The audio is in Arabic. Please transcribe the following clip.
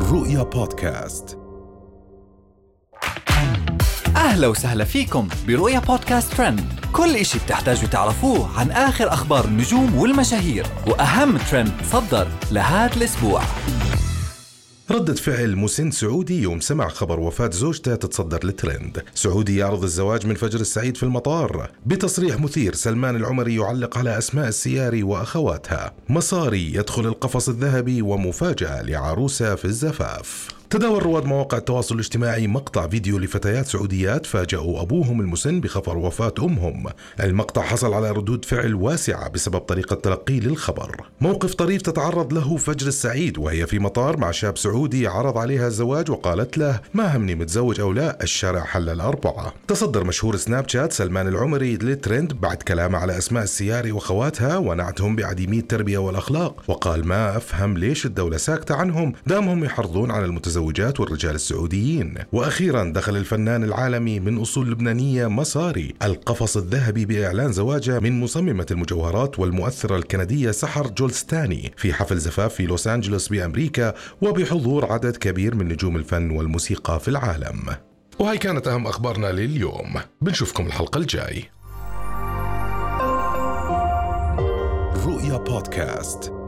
رؤيا بودكاست. أهلا وسهلا فيكم برؤيا بودكاست ترند، كل إشي بتحتاجوا تعرفوه عن آخر أخبار النجوم والمشاهير وأهم ترند صدر لهذا الأسبوع. ردة فعل مسن سعودي يوم سمع خبر وفاة زوجته تتصدر الترند. سعودي يعرض الزواج من فجر السعيد في المطار. بتصريح مثير سلمان العمري يعلق على أسماء السياري وأخواتها. مصاري يدخل القفص الذهبي ومفاجأة لعروسة في الزفاف. تداول رواد مواقع التواصل الاجتماعي مقطع فيديو لفتيات سعوديات فاجأوا أبوهم المسن بخبر وفاة أمهم. المقطع حصل على ردود فعل واسعة بسبب طريقة تلقيه للخبر. موقف طريف تتعرض له فجر السعيد وهي في مطار مع شاب سعودي عرض عليها الزواج وقالت له ما همني متزوج أو لا، الشارع حل الأربعة. تصدر مشهور سناب شات سلمان العمري للترند بعد كلامه على أسماء السياري وخواتها ونعتهم بعديمي التربية والأخلاق، وقال ما أفهم ليش الدولة ساكتة عنهم دامهم يحرضون على المتزوجات والرجال السعوديين. وأخيرا دخل الفنان العالمي من أصول لبنانية مصاري القفص الذهبي بإعلان زواجه من مصممة المجوهرات والمؤثرة الكندية سحر جولستاني في حفل زفاف في لوس أنجلوس بأمريكا وبحضور عدد كبير من نجوم الفن والموسيقى في العالم. وهي كانت أهم أخبارنا لليوم، بنشوفكم الحلقة الجاي. رؤيا بودكاست.